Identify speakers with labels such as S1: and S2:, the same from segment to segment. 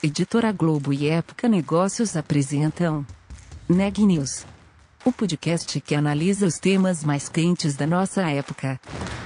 S1: Editora Globo e Época Negócios apresentam Neg News, o podcast que analisa os temas mais quentes da nossa época.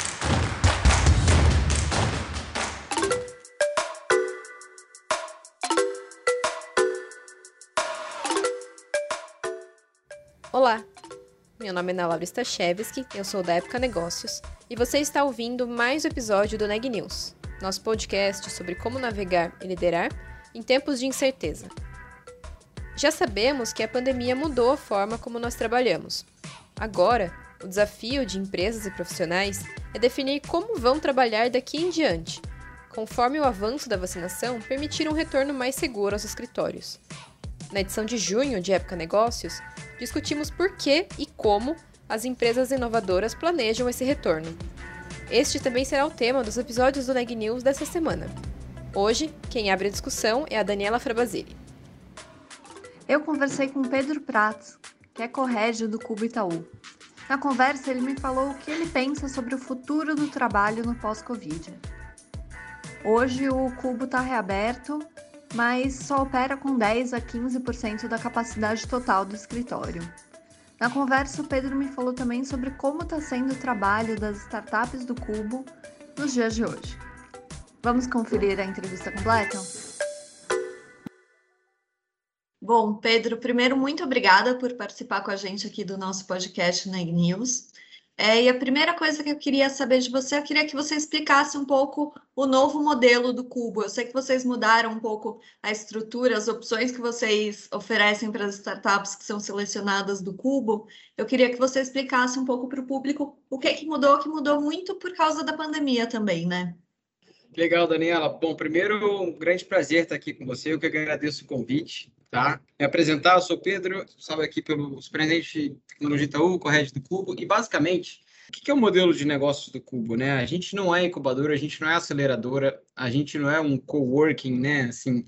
S2: Olá, meu nome é Ana Laura Stachewski, eu sou da Época Negócios e você está ouvindo mais um episódio do Neg News, nosso podcast sobre como navegar e liderar em tempos de incerteza. Já sabemos que a pandemia mudou a forma como nós trabalhamos. Agora, o desafio de empresas e profissionais é definir como vão trabalhar daqui em diante, conforme o avanço da vacinação permitir um retorno mais seguro aos escritórios. Na edição de junho de Época Negócios, discutimos por que e como as empresas inovadoras planejam esse retorno. Este também será o tema dos episódios do Neg News dessa semana. Hoje, quem abre a discussão é a Daniela Frabasile.
S3: Eu conversei com Pedro Prats, que é corrégio do Cubo Itaú. Na conversa, ele me falou o que ele pensa sobre o futuro do trabalho no pós-Covid. Hoje, o Cubo está reaberto, mas só opera com 10 a 15% da capacidade total do escritório. Na conversa, o Pedro me falou também sobre como está sendo o trabalho das startups do Cubo nos dias de hoje. Vamos conferir a entrevista completa? Bom, Pedro, primeiro, muito obrigada por participar com a gente aqui do nosso podcast Neg News. E a primeira coisa que eu queria saber de você, eu queria que você explicasse um pouco o novo modelo do Cubo. Eu sei que vocês mudaram um pouco a estrutura, as opções que vocês oferecem para as startups que são selecionadas do Cubo. Eu queria que você explicasse um pouco para o público o que mudou muito por causa da pandemia também, né?
S4: Legal, Daniela. Bom, primeiro, um grande prazer estar aqui com você. Eu que agradeço o convite, tá? Me apresentar, eu sou Pedro, salve aqui pelo Superintendente de Tecnologia Itaú, corrégio do Cubo. E, basicamente, o que é o modelo de negócios do Cubo, né? A gente não é incubadora, a gente não é aceleradora, a gente não é um coworking, né? Assim,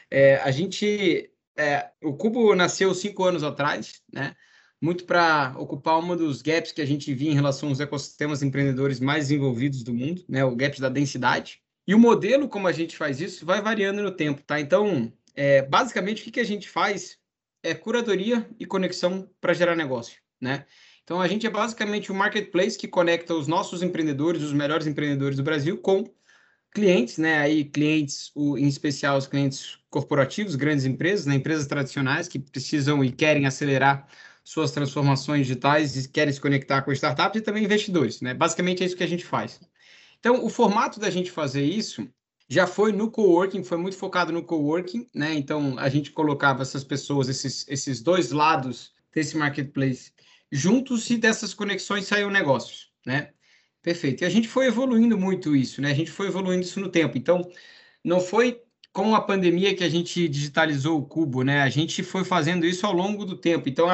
S4: o Cubo nasceu 5 anos atrás, né? Muito para ocupar um dos gaps que a gente via em relação aos ecossistemas empreendedores mais desenvolvidos do mundo, né? O gap da densidade. E o modelo como a gente faz isso vai variando no tempo, tá? Então, basicamente, o que a gente faz é curadoria e conexão para gerar negócio, né? Então, a gente é basicamente um marketplace que conecta os nossos empreendedores, os melhores empreendedores do Brasil, com clientes, né? Aí, clientes, em especial os clientes corporativos, grandes empresas, né? Empresas tradicionais que precisam e querem acelerar suas transformações digitais e querem se conectar com startups e também investidores, né? Basicamente, é isso que a gente faz. Então, o formato da gente fazer isso já foi no coworking, foi muito focado no coworking, né? Então, a gente colocava essas pessoas, esses dois lados desse marketplace juntos e dessas conexões saiu negócios, né? Perfeito. E a gente foi evoluindo muito isso, né? A gente foi evoluindo isso no tempo. Então, não foi com a pandemia que a gente digitalizou o Cubo, né? A gente foi fazendo isso ao longo do tempo. Então,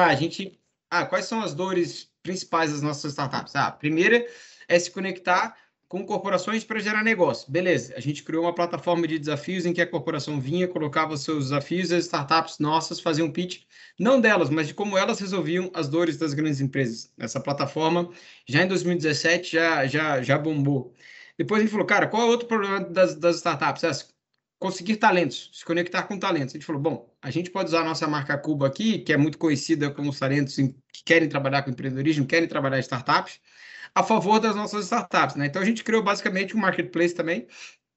S4: quais são as dores principais das nossas startups? A primeira é se conectar com corporações para gerar negócio. Beleza, a gente criou uma plataforma de desafios em que a corporação vinha, colocava seus desafios e as startups nossas faziam pitch, não delas, mas de como elas resolviam as dores das grandes empresas. Essa plataforma, já em 2017, já bombou. Depois a gente falou, cara, qual é o outro problema das startups? Conseguir talentos, se conectar com talentos. A gente falou, bom, a gente pode usar a nossa marca Cubo aqui, que é muito conhecida como os talentos que querem trabalhar com empreendedorismo, querem trabalhar em startups, a favor das nossas startups, né? Então, a gente criou basicamente um marketplace também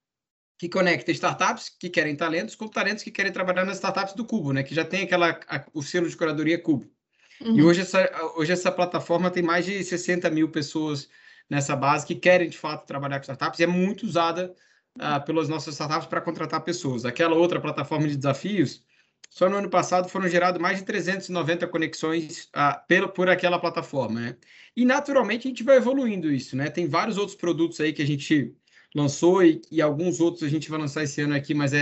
S4: que conecta startups que querem talentos com talentos que querem trabalhar nas startups do Cubo, né? Que já tem o selo de curadoria Cubo. Uhum. E hoje essa plataforma tem mais de 60 mil pessoas nessa base que querem, de fato, trabalhar com startups e é muito usada pelas nossas startups para contratar pessoas. Aquela outra plataforma de desafios, só no ano passado foram geradas mais de 390 conexões por aquela plataforma, né? E, naturalmente, a gente vai evoluindo isso, né? Tem vários outros produtos aí que a gente lançou e alguns outros a gente vai lançar esse ano aqui, mas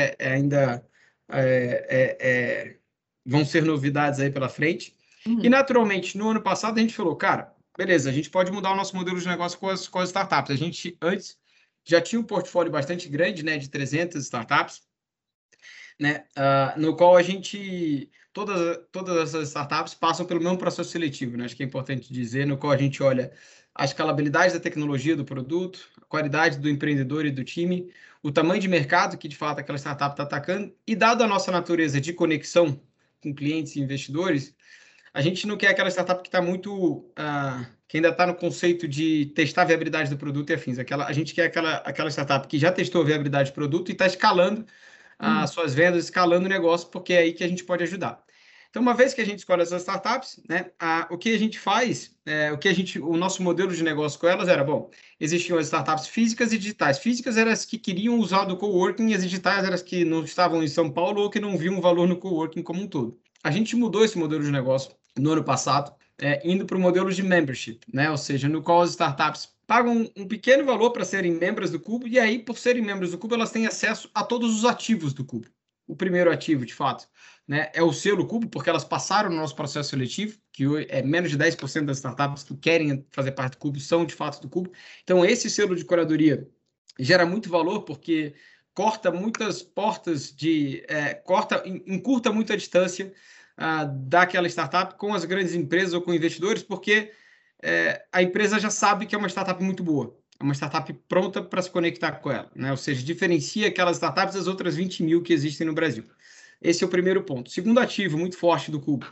S4: vão ser novidades aí pela frente. Uhum. E, naturalmente, no ano passado a gente falou, cara, beleza, a gente pode mudar o nosso modelo de negócio com as startups. A gente, antes, já tinha um portfólio bastante grande, né, de 300 startups, né, no qual a gente todas essas startups passam pelo mesmo processo seletivo, né? Acho que é importante dizer, no qual a gente olha a escalabilidade da tecnologia do produto, a qualidade do empreendedor e do time, o tamanho de mercado que, de fato, aquela startup está atacando, e dado a nossa natureza de conexão com clientes e investidores, a gente não quer aquela startup que está muito... que ainda está no conceito de testar a viabilidade do produto e afins. A gente quer aquela startup que já testou a viabilidade do produto e está escalando as suas vendas, escalando o negócio, porque é aí que a gente pode ajudar. Então, uma vez que a gente escolhe essas startups, né, o que a gente faz, o nosso modelo de negócio com elas era, bom, existiam as startups físicas e digitais. Físicas eram as que queriam usar do coworking, e as digitais eram as que não estavam em São Paulo ou que não viam valor no coworking como um todo. A gente mudou esse modelo de negócio no ano passado, indo para o modelo de membership, né, ou seja, no qual as startups pagam um pequeno valor para serem membros do Cubo, e aí, por serem membros do Cubo, elas têm acesso a todos os ativos do Cubo. O primeiro ativo, de fato, né, é o selo Cubo, porque elas passaram no nosso processo seletivo, que é menos de 10% das startups que querem fazer parte do Cubo são, de fato, do Cubo. Então, esse selo de curadoria gera muito valor, porque corta muitas portas encurta muito a distância daquela startup com as grandes empresas ou com investidores, porque a empresa já sabe que é uma startup muito boa, é uma startup pronta para se conectar com ela, né? Ou seja, diferencia aquelas startups das outras 20 mil que existem no Brasil. Esse é o primeiro ponto. Segundo ativo muito forte do Cubo,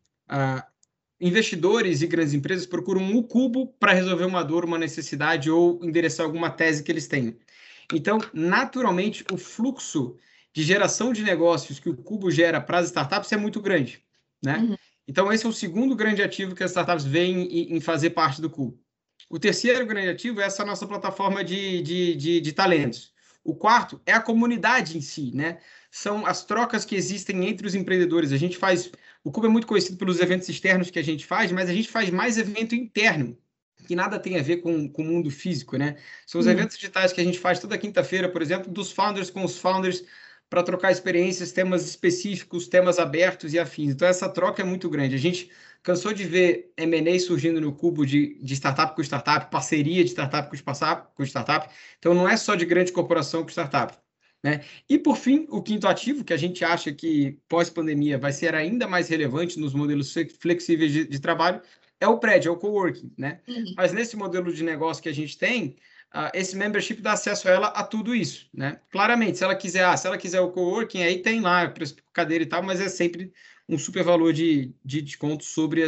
S4: investidores e grandes empresas procuram o Cubo para resolver uma dor, uma necessidade ou endereçar alguma tese que eles tenham. Então, naturalmente, o fluxo de geração de negócios que o Cubo gera para as startups é muito grande, né? Uhum. Então, esse é o segundo grande ativo que as startups veem em fazer parte do Cubo. O terceiro grande ativo é essa nossa plataforma de talentos. O quarto é a comunidade em si, né? São as trocas que existem entre os empreendedores. O Cubo é muito conhecido pelos eventos externos que a gente faz, mas a gente faz mais evento interno, que nada tem a ver com o mundo físico, né? São os eventos digitais que a gente faz toda quinta-feira, por exemplo, dos founders com os founders, para trocar experiências, temas específicos, temas abertos e afins. Então, essa troca é muito grande. A gente cansou de ver M&A surgindo no Cubo de startup com startup, parceria de startup com startup. Então, não é só de grande corporação com startup, né? E, por fim, o quinto ativo, que a gente acha que pós-pandemia vai ser ainda mais relevante nos modelos flexíveis de trabalho, é o prédio, é o coworking, né? Uhum. Mas nesse modelo de negócio que a gente tem, esse membership dá acesso a ela a tudo isso, né? Claramente, se ela quiser o coworking, aí tem lá preço por cadeira e tal, mas é sempre um super valor de desconto sobre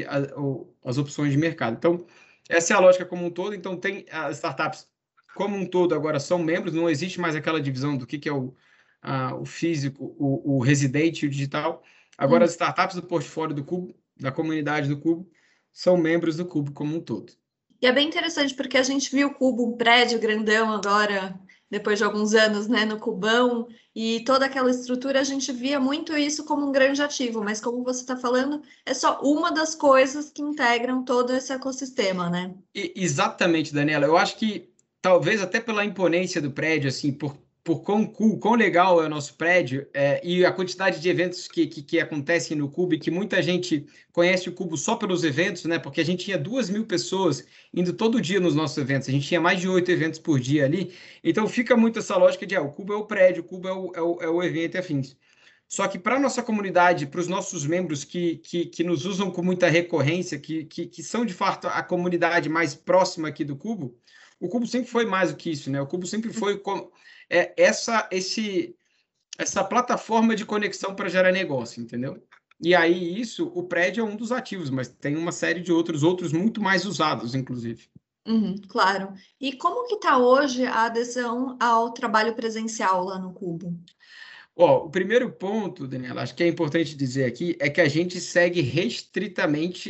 S4: as opções de mercado. Então, essa é a lógica como um todo. Então, tem as startups como um todo agora são membros, não existe mais aquela divisão do que é o físico, o residente e o digital. Agora, as startups do portfólio do Cubo, da comunidade do Cubo, são membros do Cubo como um todo.
S3: E é bem interessante porque a gente viu o Cubo, um prédio grandão agora, depois de alguns anos, né, no Cubão, e toda aquela estrutura, a gente via muito isso como um grande ativo, mas como você está falando, é só uma das coisas que integram todo esse ecossistema, né?
S4: Exatamente, Daniela. Eu acho que talvez até pela imponência do prédio, assim, por quão legal é o nosso prédio e a quantidade de eventos que acontecem no Cubo, e que muita gente conhece o Cubo só pelos eventos, né? Porque a gente tinha 2.000 pessoas indo todo dia nos nossos eventos, a gente tinha mais de 8 eventos por dia ali, então fica muito essa lógica de o Cubo é o prédio, o Cubo é o evento e afins. Só que para a nossa comunidade, para os nossos membros que nos usam com muita recorrência, que são de fato a comunidade mais próxima aqui do Cubo, o Cubo sempre foi mais do que isso, né? O Cubo sempre foi essa plataforma de conexão para gerar negócio, entendeu? E aí o prédio é um dos ativos, mas tem uma série de outros muito mais usados, inclusive.
S3: Claro. E como que está hoje a adesão ao trabalho presencial lá no Cubo?
S4: O primeiro ponto, Daniela, acho que é importante dizer aqui, é que a gente segue estritamente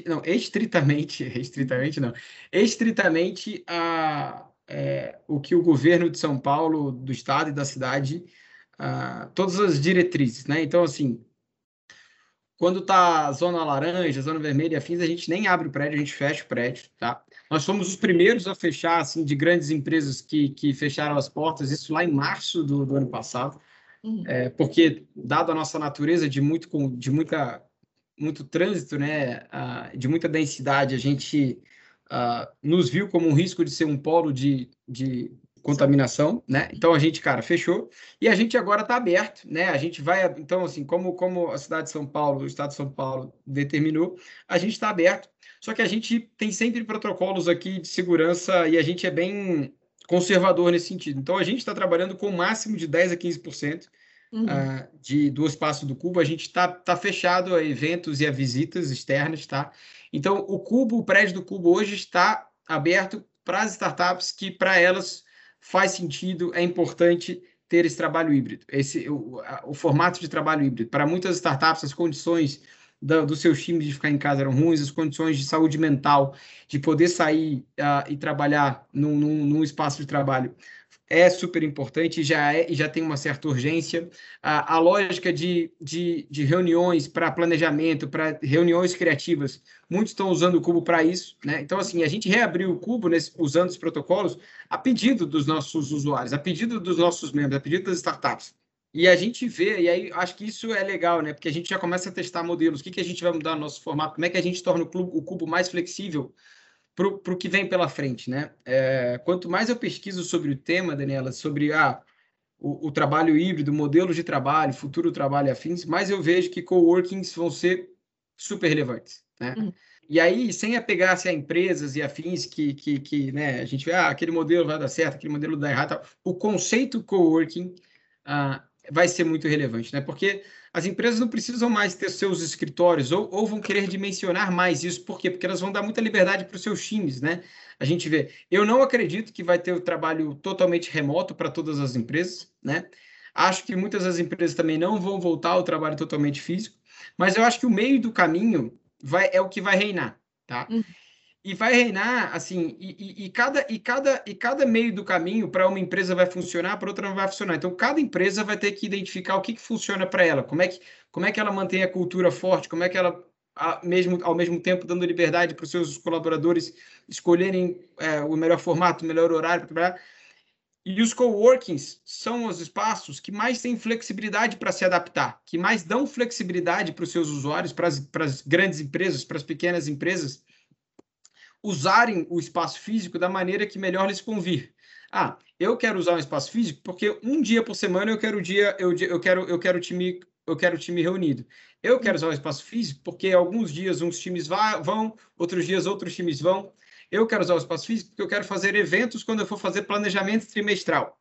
S4: o que o governo de São Paulo, do estado e da cidade, todas as diretrizes, né? Então, assim, quando está zona laranja, zona vermelha e afins, a gente nem abre o prédio, a gente fecha o prédio, tá? Nós fomos os primeiros a fechar, assim, de grandes empresas que fecharam as portas, isso lá em março do ano passado. Porque, dado a nossa natureza de muito trânsito, né, de muita densidade, a gente nos viu como um risco de ser um polo de contaminação, né? Então a gente, cara, fechou e a gente agora está aberto, né? A gente vai, então, assim, como a cidade de São Paulo, o estado de São Paulo determinou, a gente está aberto. Só que a gente tem sempre protocolos aqui de segurança e a gente é bem conservador nesse sentido. Então a gente está trabalhando com o máximo de 10 a 15% do espaço do Cubo. A gente tá fechado a eventos e a visitas externas, tá? Então o prédio do Cubo hoje está aberto para as startups que, para elas, faz sentido, é importante ter esse trabalho híbrido, o formato de trabalho híbrido. Para muitas startups, as condições dos seus times de ficar em casa eram ruins, as condições de saúde mental, de poder sair e trabalhar num espaço de trabalho é super importante, e já tem uma certa urgência. A lógica de reuniões para planejamento, para reuniões criativas, muitos estão usando o Cubo para isso, né? Então, assim, a gente reabriu o Cubo usando os protocolos a pedido dos nossos usuários, a pedido dos nossos membros, a pedido das startups. E a gente vê, e aí acho que isso é legal, né? Porque a gente já começa a testar modelos. O que a gente vai mudar no nosso formato? Como é que a gente torna o Cubo mais flexível para o que vem pela frente, né? Quanto mais eu pesquiso sobre o tema, Daniela, sobre o trabalho híbrido, modelos de trabalho, futuro trabalho e afins, mais eu vejo que coworkings vão ser super relevantes, né? E aí, sem apegar-se a empresas e afins que né, a gente vê, aquele modelo vai dar certo, aquele modelo dá errado, o conceito coworking vai ser muito relevante, né? Porque as empresas não precisam mais ter seus escritórios ou vão querer dimensionar mais isso. Por quê? Porque elas vão dar muita liberdade para os seus times, né? A gente vê. Eu não acredito que vai ter o trabalho totalmente remoto para todas as empresas, né? Acho que muitas das empresas também não vão voltar ao trabalho totalmente físico, mas eu acho que o meio do caminho é o que vai reinar, tá? E vai reinar, assim, e cada meio do caminho para uma empresa vai funcionar, para outra não vai funcionar. Então, cada empresa vai ter que identificar o que funciona para ela, como é que ela mantém a cultura forte, como é que ela, ao mesmo tempo, dando liberdade para os seus colaboradores escolherem o melhor formato, o melhor horário para trabalhar. E os coworkings são os espaços que mais têm flexibilidade para se adaptar, que mais dão flexibilidade para os seus usuários, para as grandes empresas, para as pequenas empresas, usarem o espaço físico da maneira que melhor lhes convir. Eu quero usar um espaço físico porque um dia por semana eu quero o time reunido. Eu quero usar o espaço físico porque alguns dias uns times vão, outros dias outros times vão. Eu quero usar o espaço físico porque eu quero fazer eventos quando eu for fazer planejamento trimestral.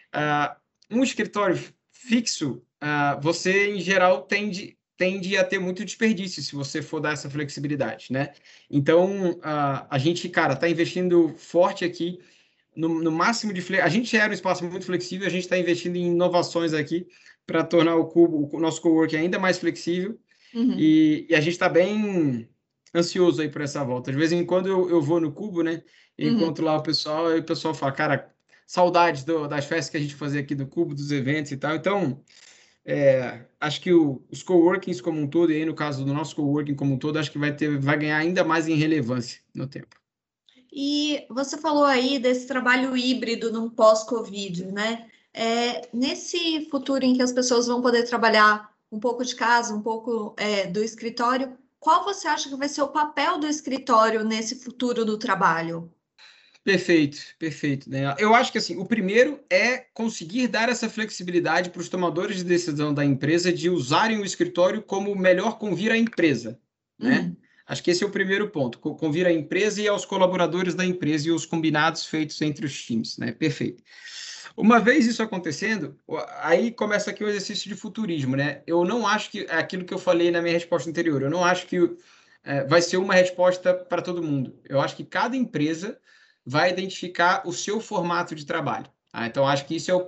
S4: Um escritório fixo, você, em geral, tende a ter muito desperdício se você for dar essa flexibilidade, né? Então, a gente, cara, está investindo forte aqui no máximo de... A gente era um espaço muito flexível, a gente está investindo em inovações aqui para tornar o nosso coworking ainda mais flexível. E a gente está bem ansioso aí por essa volta. De vez em quando eu vou no Cubo, né? E encontro lá o pessoal, e o pessoal fala, cara, saudades das festas que a gente fazia aqui do Cubo, dos eventos e tal. Então... acho que os coworkings como um todo, e aí no caso do nosso coworking como um todo, acho que vai ganhar ainda mais em relevância no tempo.
S3: E você falou aí desse trabalho híbrido num pós-Covid, né? Nesse futuro em que as pessoas vão poder trabalhar um pouco de casa, um pouco do escritório, qual você acha que vai ser o papel do escritório nesse futuro do trabalho?
S4: Perfeito, né? Eu acho que assim, o primeiro é conseguir dar essa flexibilidade para os tomadores de decisão da empresa de usarem o escritório como melhor convir à empresa, né? Acho que esse é o primeiro ponto, convir à empresa e aos colaboradores da empresa e os combinados feitos entre os times, né? Perfeito. Uma vez isso acontecendo, aí começa aqui o exercício de futurismo, né? Eu não acho que é aquilo que eu falei na minha resposta anterior, eu não acho que vai ser uma resposta para todo mundo. Eu acho que cada empresa vai identificar o seu formato de trabalho. Então, acho que isso é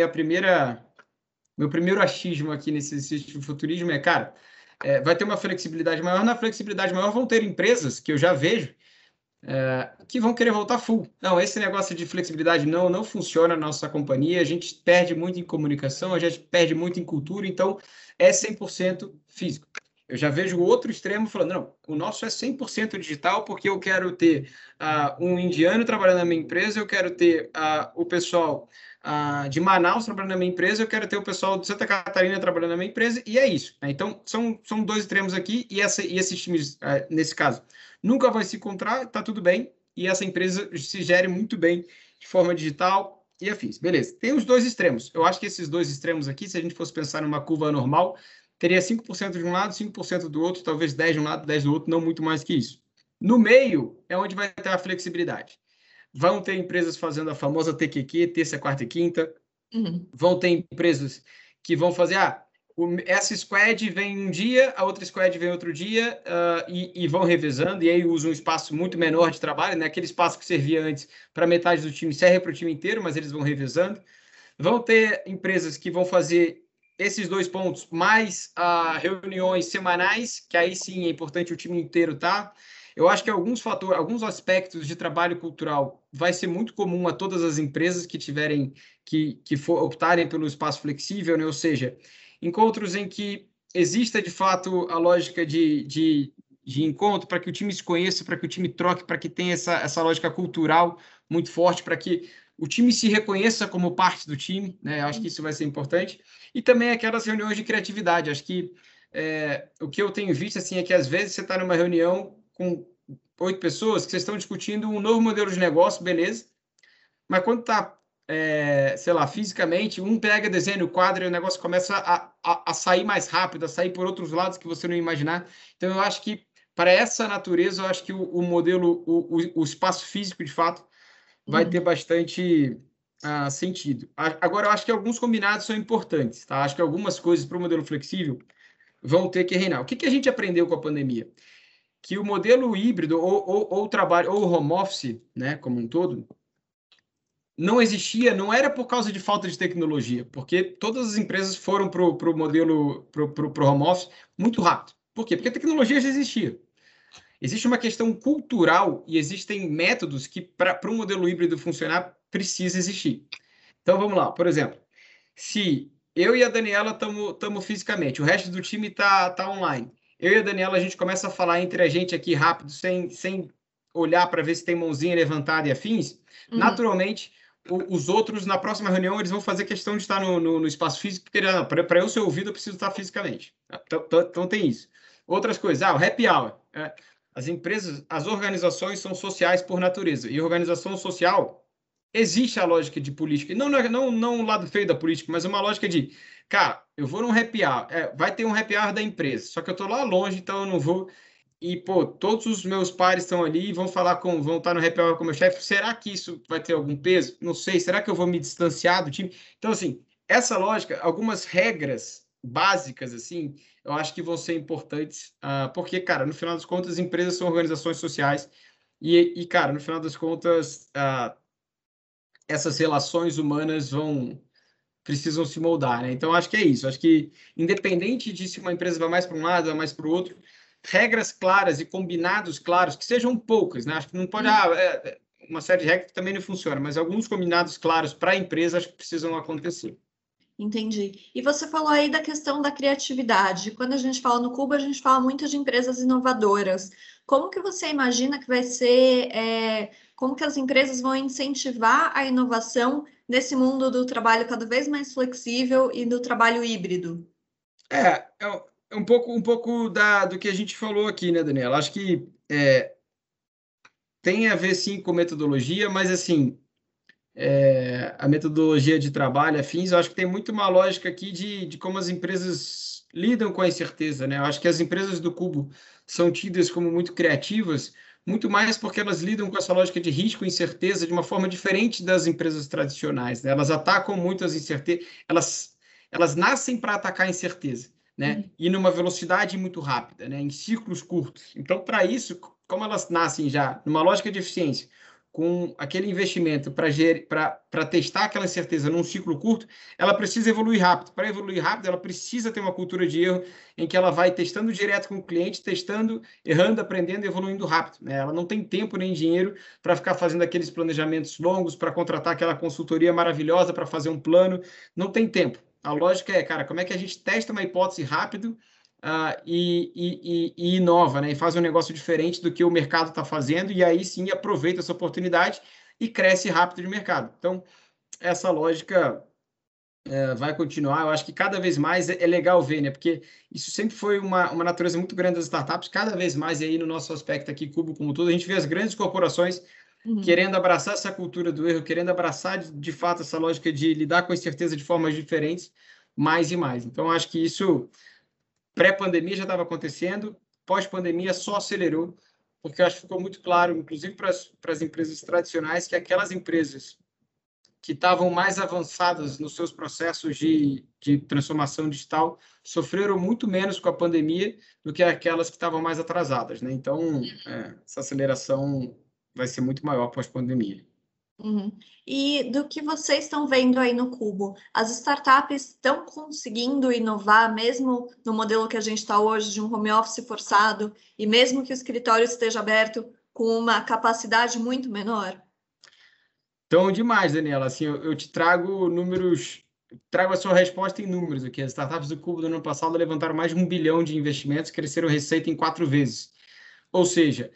S4: meu primeiro achismo aqui nesse exercício de futurismo cara, vai ter uma flexibilidade maior. Na flexibilidade maior vão ter empresas que eu já vejo que vão querer voltar full. Não, esse negócio de flexibilidade não funciona na nossa companhia, a gente perde muito em comunicação, a gente perde muito em cultura, então é 100% físico. Eu já vejo o outro extremo falando, não, o nosso é 100% digital porque eu quero ter um indiano trabalhando na minha empresa, eu quero ter o pessoal de Manaus trabalhando na minha empresa, eu quero ter o pessoal de Santa Catarina trabalhando na minha empresa, e é isso. Né? Então, são dois extremos aqui, e esses times, nesse caso, nunca vai se encontrar, tá tudo bem, e essa empresa se gere muito bem de forma digital, e afins. Beleza. Tem os dois extremos. Eu acho que esses dois extremos aqui, se a gente fosse pensar numa curva normal, teria 5% de um lado, 5% do outro, talvez 10% de um lado, 10% do outro, não muito mais que isso. No meio é onde vai ter a flexibilidade. Vão ter empresas fazendo a famosa TQQ, terça, quarta e quinta. Vão ter empresas que vão fazer, essa squad vem um dia, a outra squad vem outro dia, e vão revezando, e aí usam um espaço muito menor de trabalho, né? Aquele espaço que servia antes para metade do time serve para o time inteiro, mas eles vão revezando. Vão ter empresas que vão fazer esses 2 pontos, mais reuniões semanais, que aí sim é importante o time inteiro estar. Eu acho que alguns fatores, alguns aspectos de trabalho cultural vai ser muito comum a todas as empresas que tiverem, que optarem pelo espaço flexível, né? Ou seja, encontros em que exista de fato a lógica de encontro, para que o time se conheça, para que o time troque, para que tenha essa lógica cultural muito forte, para que o time se reconheça como parte do time, né? Eu acho que isso vai ser importante. E também aquelas reuniões de criatividade. Acho que o que eu tenho visto assim, é que às vezes você está numa reunião com 8 pessoas que vocês estão discutindo um novo modelo de negócio, beleza, mas quando está, sei lá, fisicamente, um pega, desenha o quadro e o negócio começa a sair mais rápido, a sair por outros lados que você não imaginar. Então, eu acho que, para essa natureza, eu acho que o modelo, o espaço físico, de fato, vai ter bastante sentido. Agora, eu acho que alguns combinados são importantes, tá? Acho que algumas coisas para o modelo flexível vão ter que reinar. O que a gente aprendeu com a pandemia? Que o modelo híbrido ou trabalho ou home office, né, como um todo, não existia, não era por causa de falta de tecnologia, porque todas as empresas foram para o modelo, para o home office muito rápido. Por quê? Porque a tecnologia já existia. Existe uma questão cultural e existem métodos que, para um modelo híbrido funcionar, precisa existir. Então, vamos lá. Por exemplo, se eu e a Daniela estamos fisicamente, o resto do time está online. Eu e a Daniela, a gente começa a falar entre a gente aqui rápido, sem olhar para ver se tem mãozinha levantada e afins. Naturalmente, os outros, na próxima reunião, eles vão fazer questão de estar no espaço físico, porque para eu ser ouvido, eu preciso estar fisicamente. Então tem isso. Outras coisas, o happy hour. As empresas, as organizações são sociais por natureza. E organização social, existe a lógica de política. Não um lado feio da política, mas uma lógica de, cara, eu vou num happy hour. Vai ter um happy hour da empresa, só que eu estou lá longe, então eu não vou. E, todos os meus pares estão ali e vão estar no happy hour com o meu chefe. Será que isso vai ter algum peso? Não sei. Será que eu vou me distanciar do time? Então, assim, essa lógica, algumas regras básicas, assim, eu acho que vão ser importantes, porque, cara, no final das contas, as empresas são organizações sociais e cara, no final das contas, essas relações humanas precisam se moldar, né? Então, acho que é isso. Acho que, independente de se uma empresa vai mais para um lado, vai mais para o outro, regras claras e combinados claros, que sejam poucas, né? Acho que não pode... uma série de regras que também não funciona, mas alguns combinados claros para a empresa, acho que precisam acontecer.
S3: Entendi. E você falou aí da questão da criatividade. Quando a gente fala no Cubo, a gente fala muito de empresas inovadoras. Como que você imagina que vai ser, como que as empresas vão incentivar a inovação nesse mundo do trabalho cada vez mais flexível e do trabalho híbrido?
S4: É um pouco do que a gente falou aqui, né, Daniela? Acho que tem a ver, sim, com metodologia, mas, assim, a metodologia de trabalho, afins, eu acho que tem muito uma lógica aqui de como as empresas lidam com a incerteza, né? Eu acho que as empresas do Cubo são tidas como muito criativas, muito mais porque elas lidam com essa lógica de risco e incerteza de uma forma diferente das empresas tradicionais, né? Elas atacam muito as incertezas, elas nascem para atacar a incerteza, né? E numa velocidade muito rápida, né? Em ciclos curtos. Então, para isso, como elas nascem já numa lógica de eficiência, com aquele investimento para testar aquela incerteza num ciclo curto, ela precisa evoluir rápido. Para evoluir rápido, ela precisa ter uma cultura de erro em que ela vai testando direto com o cliente, testando, errando, aprendendo e evoluindo rápido, né? Ela não tem tempo nem dinheiro para ficar fazendo aqueles planejamentos longos, para contratar aquela consultoria maravilhosa para fazer um plano. Não tem tempo. A lógica é, cara, como é que a gente testa uma hipótese rápido e inova, né? E faz um negócio diferente do que o mercado está fazendo, e aí sim aproveita essa oportunidade e cresce rápido de mercado. Então, essa lógica vai continuar. Eu acho que cada vez mais é legal ver, né? Porque isso sempre foi uma natureza muito grande das startups, cada vez mais, e aí no nosso aspecto aqui, Cubo como todo, a gente vê as grandes corporações querendo abraçar essa cultura do erro, querendo abraçar, de fato, essa lógica de lidar com a incerteza de formas diferentes, mais e mais. Então, acho que isso, pré-pandemia, já estava acontecendo, pós-pandemia só acelerou, porque eu acho que ficou muito claro, inclusive para as empresas tradicionais, que aquelas empresas que estavam mais avançadas nos seus processos de transformação digital sofreram muito menos com a pandemia do que aquelas que estavam mais atrasadas, né? Então, essa aceleração vai ser muito maior pós-pandemia.
S3: E do que vocês estão vendo aí no Cubo, as startups estão conseguindo inovar, mesmo no modelo que a gente está hoje, de um home office forçado, e mesmo que o escritório esteja aberto com uma capacidade muito menor?
S4: Então, demais, Daniela. Assim, eu te trago números, trago a sua resposta em números aqui. As startups do Cubo do ano passado levantaram mais de 1 bilhão de investimentos, cresceram receita em 4 vezes. Ou seja,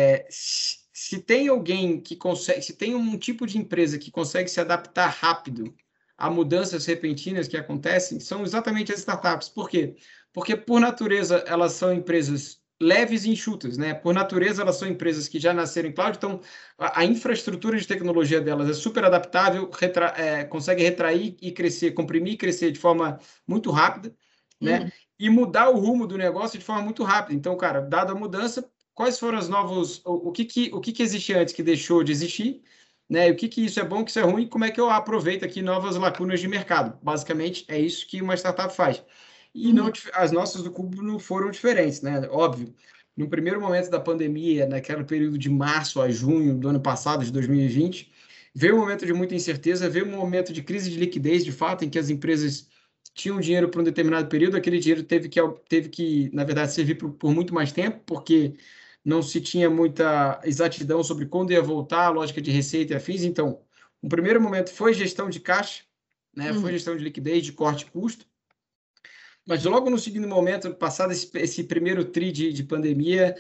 S4: se tem alguém que consegue, se tem um tipo de empresa que consegue se adaptar rápido a mudanças repentinas que acontecem, são exatamente as startups. Por quê? Porque, por natureza, elas são empresas leves e enxutas, né? Por natureza, elas são empresas que já nasceram em cloud, então a infraestrutura de tecnologia delas é super adaptável, consegue retrair e crescer, comprimir e crescer de forma muito rápida, né? E mudar o rumo do negócio de forma muito rápida. Então, cara, dada a mudança, quais foram os novos... O que existia antes que deixou de existir, né? E o que isso é bom, o que isso é ruim, como é que eu aproveito aqui novas lacunas de mercado. Basicamente, é isso que uma startup faz. E não, as nossas do Cubo não foram diferentes, né? Óbvio, no primeiro momento da pandemia, naquele período de março a junho do ano passado, de 2020, veio um momento de muita incerteza, veio um momento de crise de liquidez, de fato, em que as empresas tinham dinheiro por um determinado período, aquele dinheiro teve que na verdade, servir por muito mais tempo, porque não se tinha muita exatidão sobre quando ia voltar a lógica de receita e afins. Então, o primeiro momento foi gestão de caixa, né? Foi gestão de liquidez, de corte de custo. Mas logo no segundo momento, passado esse primeiro tri de pandemia,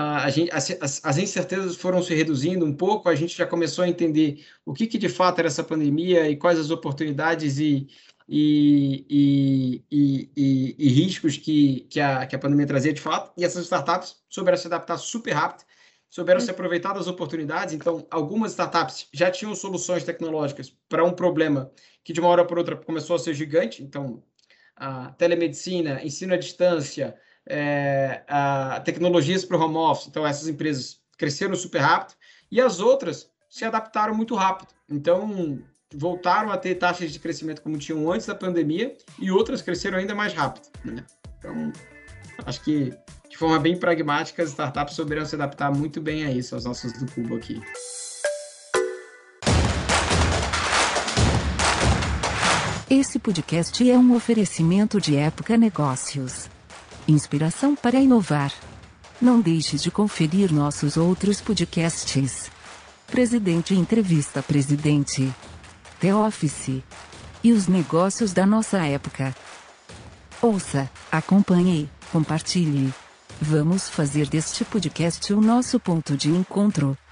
S4: as incertezas foram se reduzindo um pouco, a gente já começou a entender o que de fato era essa pandemia e quais as oportunidades e riscos que a pandemia trazia de fato, e essas startups souberam se adaptar super rápido, souberam se aproveitar das oportunidades. Então, algumas startups já tinham soluções tecnológicas para um problema que de uma hora para outra começou a ser gigante. Então, a telemedicina, ensino à distância, tecnologias para o home office. Então, essas empresas cresceram super rápido e as outras se adaptaram muito rápido. Então, voltaram a ter taxas de crescimento como tinham antes da pandemia e outras cresceram ainda mais rápido, né? Então, acho que de forma bem pragmática, as startups souberam se adaptar muito bem a isso, as nossas do Cubo aqui.
S1: Esse podcast é um oferecimento de Época Negócios. Inspiração para inovar. Não deixe de conferir nossos outros podcasts. Presidente Entrevista Presidente. The Office. E os negócios da nossa época. Ouça, acompanhe, compartilhe. Vamos fazer deste podcast o nosso ponto de encontro.